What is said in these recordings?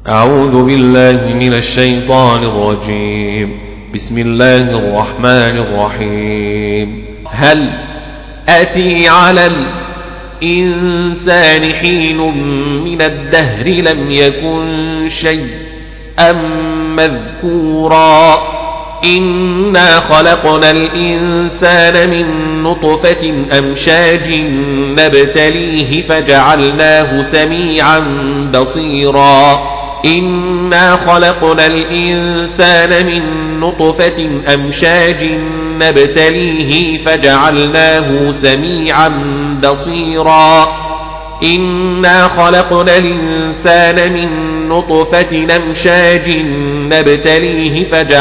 أعوذ بالله من الشيطان الرجيم. بسم الله الرحمن الرحيم. هل أتي على الإنسان حين من الدهر لم يكن شيئا مذكورا إنا خلقنا الإنسان من نطفة أمشاج نبتليه فجعلناه سميعا بصيرا إنا خلقنا الإنسان من نطفة أمشاج نبتليه فجعلناه سميعا بصيرا إنا خلقنا الإنسان من نطفة أمشاج نبتليه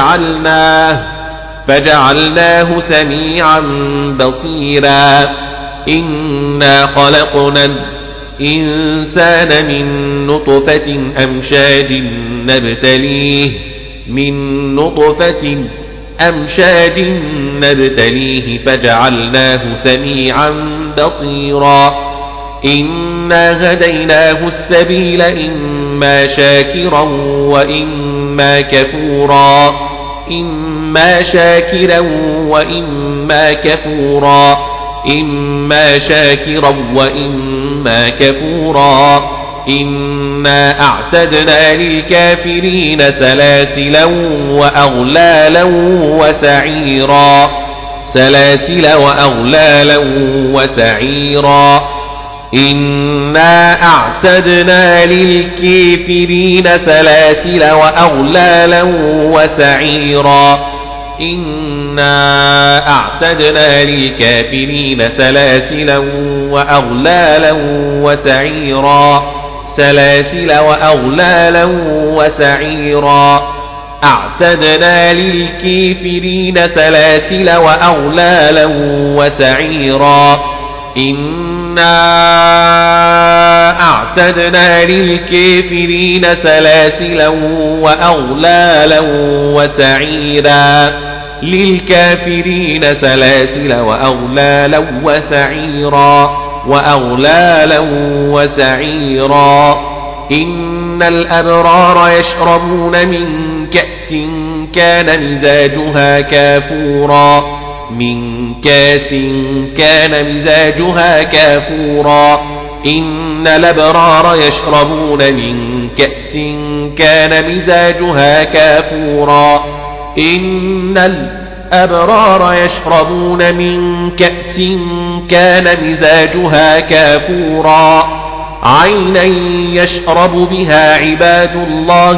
فجعلناه سميعا بصيرا إنا خلقنا الإنسان من نطفة أمشاج نبتليه فجعلناه سميعا بصيرا إنا هديناه السبيل إما شاكرا وإما كفورا إما شاكرا وإما كفورا إنا أعتدنا للكافرين سلاسلا وأغلالا وسعيرا إنا أعتدنا للكافرين سلاسل وأغلالا وسعيرا إنا أعتدنا للكافرين سلاسل وأغلالا وسعيرا أعتدنا للكافرين سلاسل وأغلالا وسعيرا إنا أعتدنا للكافرين سلاسلا وأغلالا وسعيرا إن الأبرار يشربون من كأس كان مزاجها كافورا إن الأبرار يشربون من كأس كان مزاجها كافورا إن الأبرار يشربون من كأس كان مزاجها كافورا عينا يشرب بها عباد الله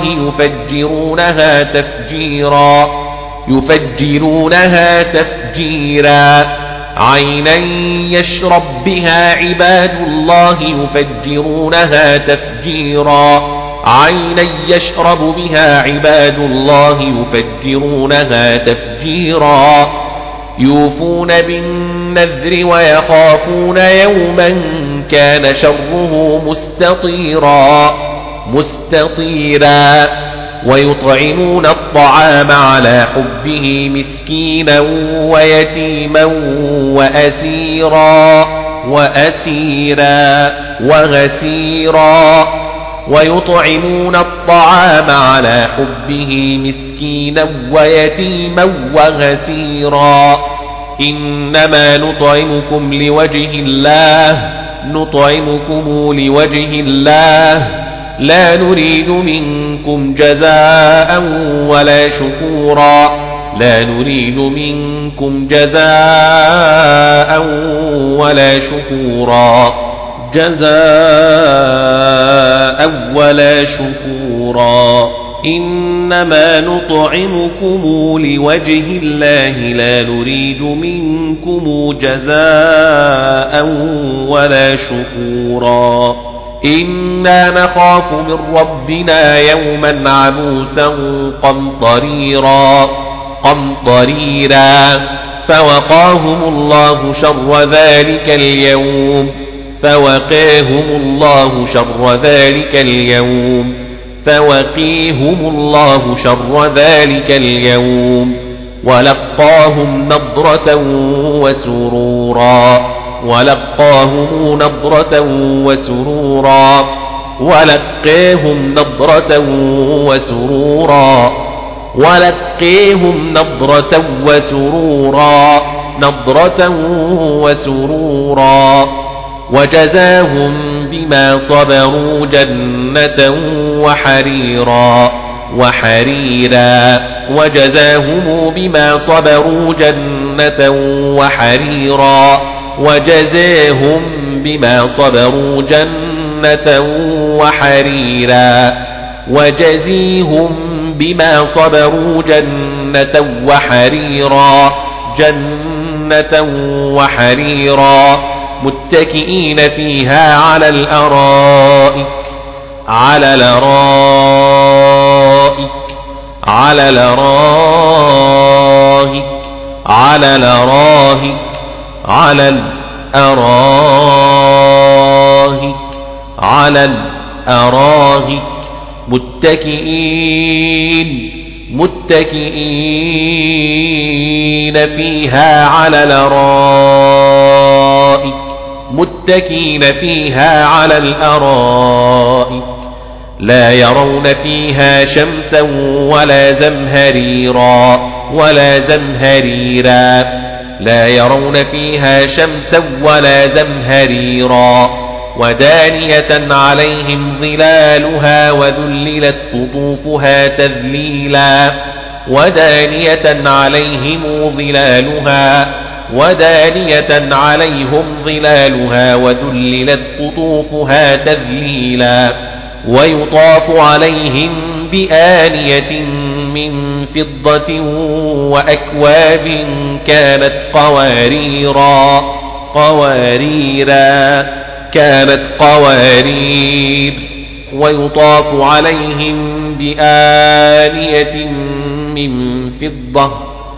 يفجرونها تفجيرا عينا يشرب بها عباد الله يفجرونها تفجيرا يوفون بالنذر ويخافون يوما كان شره مستطيرا ويطعمون الطعام على حبه مسكينا ويتيما وغسيرا ويطعمون الطعام على حبه مسكينا ويتيما وغسيرا إنما نطعمكم لوجه الله لا نريد منكم جزاء ولا شكورا إنما نطعمكم لوجه الله لا نريد منكم جزاء ولا شكورا إنا نخاف من ربنا يوما عبوسا قمطريرا فوقاهم الله شر ذلك اليوم ولقاهم نضرة وسرورا ولقيهم نضرة وسرورا ولقيهم نضرة وسرورا نضرة وسرورا وجزاهم بما صبروا جنة وحريرا وحريرا وجزاهم بما صبروا جنة وحريرا وجزاهم بما صبروا جنة وحريرا وجزيهم بما صبروا جنة وحريرا جنة وحريرا متكئين فيها على الأرائك على الأرائك على الأرائك على الأرائك على الأرائك على الأرائك متكئين فيها على الأرائك متكئين فيها على الأرائك لا يرون فيها شمسا ولا زمهريرا ولا زمهريرا لا يرون فيها شمسا ولا زمهريرا ودانية عليهم ظلالها وذللت قطوفها تذليلا ودانية عليهم ظلالها ودانية عليهم ظلالها وذللت قطوفها تذليلا ويطاف عليهم بآنية من فضة وأكواب كانت قواريرا كانت قوارير ويطاف عليهم بآنية من فضة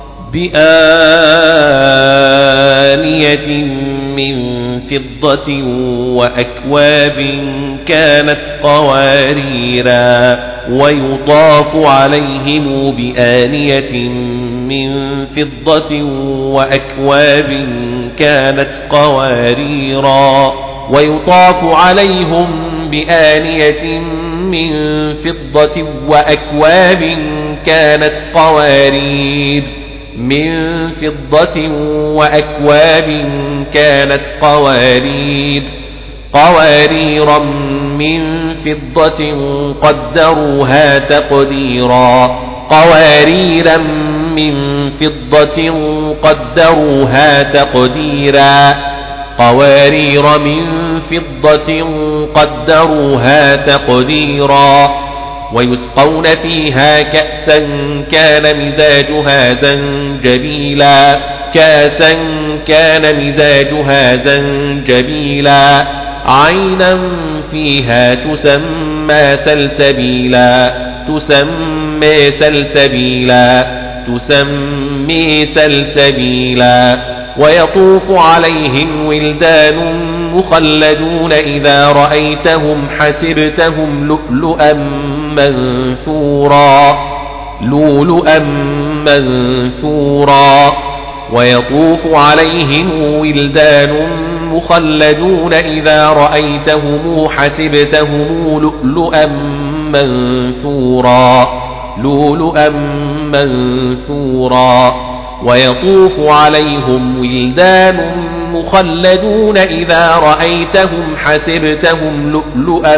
وأكواب كانت قواريرا ويطاف عليهم بآنية من فضة وأكواب كانت قواريرا ويطاف عليهم بآنية من فضة وأكواب كانت قوارير من فضة وأكواب كانت قوارير قواريرا من فضة قدروها تقديرا قواريرا من فضة قدروها تقديرا قوارير من فضة قدروها تقديرا ويسقون فيها كأسا كان مزاجها زنجبيلا كأسا كان مزاجها زنجبيلا عينا فيها تسمى سلسبيلا تسمى سلسبيلا تسمى سلسبيلا ويطوف عليهم ولدان مخلدون إذا رأيتهم حسبتهم لؤلؤا منثورا لؤلؤا منثورا ويطوف عليهم ولدان مخلدون إذا رأيتهم حسبتهم لؤلؤا منثورا لؤلؤا منثورا ويطوف عليهم ولدان مخلدون إذا رأيتهم حسبتهم لؤلؤا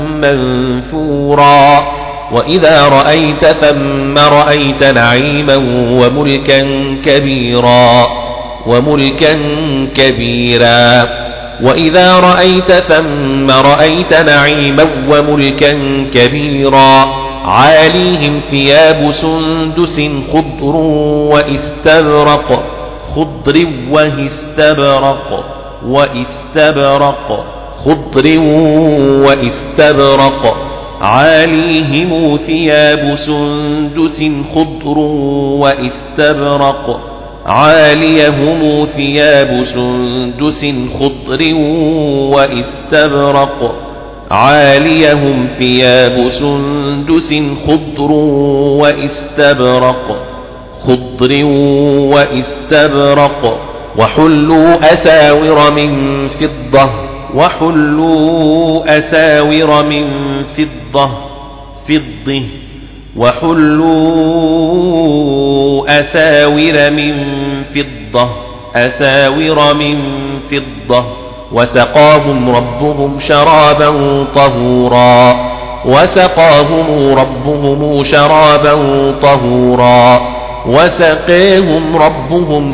منثورا وإذا رأيت ثم رأيت نعيما وملكا كبيرا وملكا كبيرا وإذا رأيت ثم رأيت نعيما وملكا كبيرا عاليهم ثياب سندس خضر واستبرق خضر واستبرق واستبرق خضر واستبرق عاليهم ثياب سندس خضر واستبرق عاليهم ثياب سندس خضر واستبرق عاليهم ثياب سندس خضر واستبرق خضر واستبرق وحلوا أساور من فضة وحلوا أساور من فضة وحلوا أساور من فضة وسقاهم ربهم شرابا طهورا وسقيهم ربهم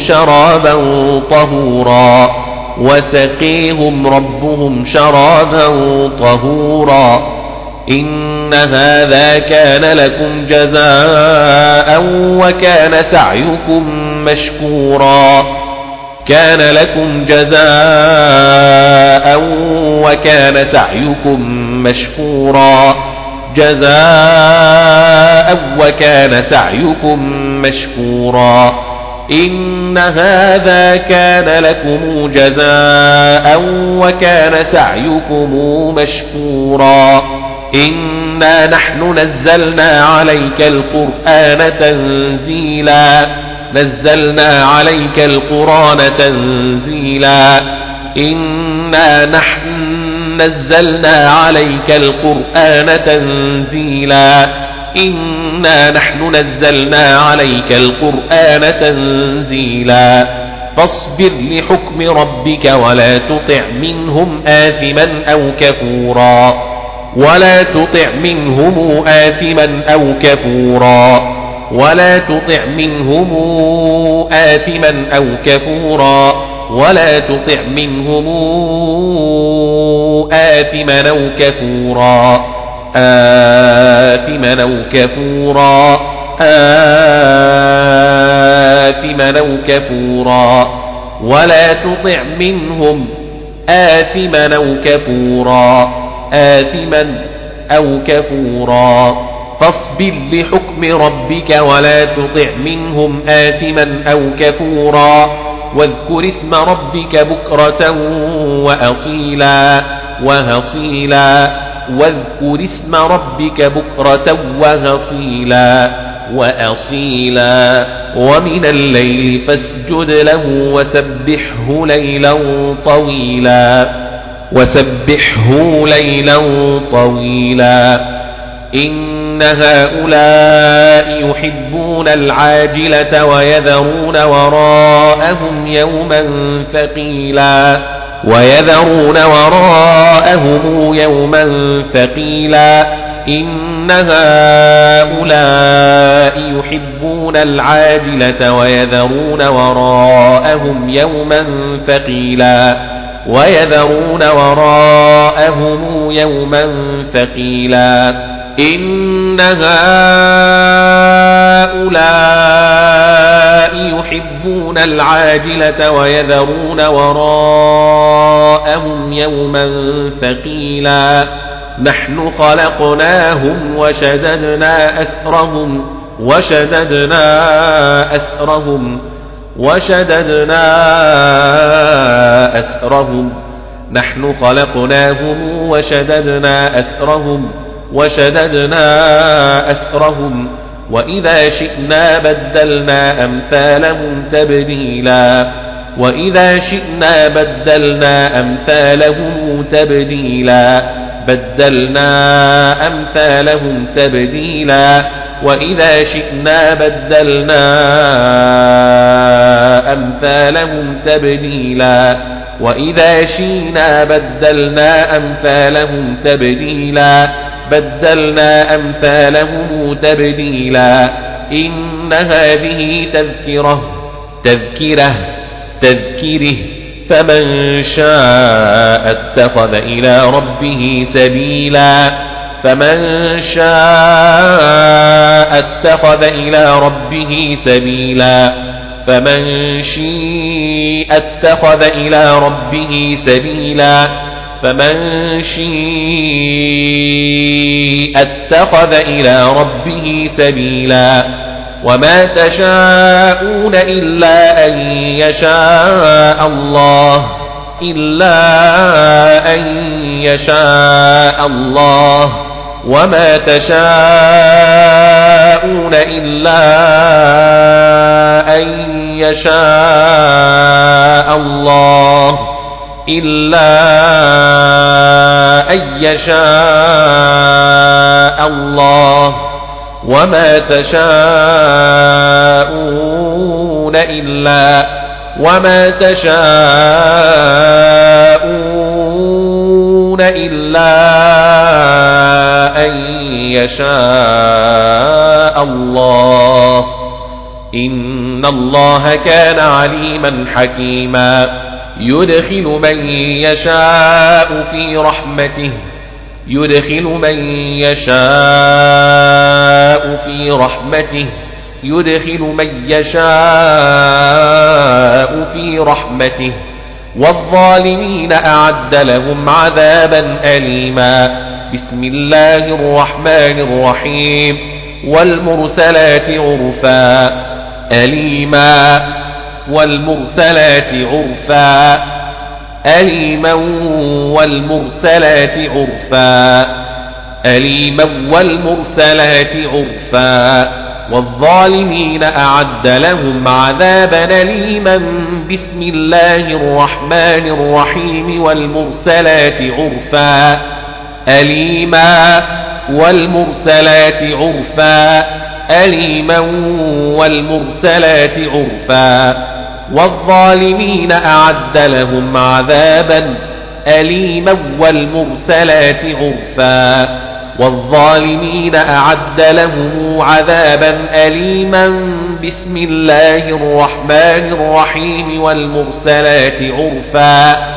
شرابا طهورا إن هذا كان لكم جزاء وكان سعيكم مشكورا إن هذا كان لكم جزاء وكان سعيكم مشكورا إنا نحن نزلنا عليك القرآن تنزيلا إنا نحن نزلنا عليك القرآن تنزيلا فاصبر لحكم ربك ولا تطع منهم آثما أو كفورا فاصبر لحكم ربك ولا تطع منهم آثما أو كفورا واذكر اسم ربك بكرة وأصيلا ومن الليل فاسجد له وسبحه ليلا طويلا إن هؤلاء يحبون العاجلة ويذرون وراءهم يوما ثقيلا إن هؤلاء يحبون العاجلة ويذرون وراءهم يوما ثقيلا إن هؤلاء يحبون العاجلة ويذرون وراءهم يوما ثقيلا نحن خلقناهم وشددنا أسرهم نحن خلقناهم وشددنا أسرهم وإذا شئنا بدلنا أمثالهم تبديلا وإذا شئنا بدلنا أمثالهم تبديلا وإذا شئنا بدلنا أمثالهم تبديلا إن هذه تذكره فمن شاء اتخذ إلى ربه سبيلا فمن شيء اتخذ إلى ربه سبيلا وما تشاءون إلا أن يشاء الله وما تشاءون إلا أن يشاء الله إلا أن يشاء الله وما تشاءون إلا أن يشاء الله إن الله كان عليما حكيما يدخل من يشاء في رحمته والظالمين أعد لهم عذابا أليما بسم الله الرحمن الرحيم والمرسلات عرفا أليما والمرسلات عرفا والظالمين أعد لهم عذابا أليما بسم الله الرحمن الرحيم والمرسلات عرفا أليما والمرسلات عرفا والظالمين أعد لهم عذابا أليما بسم الله الرحمن الرحيم والمرسلات عرفا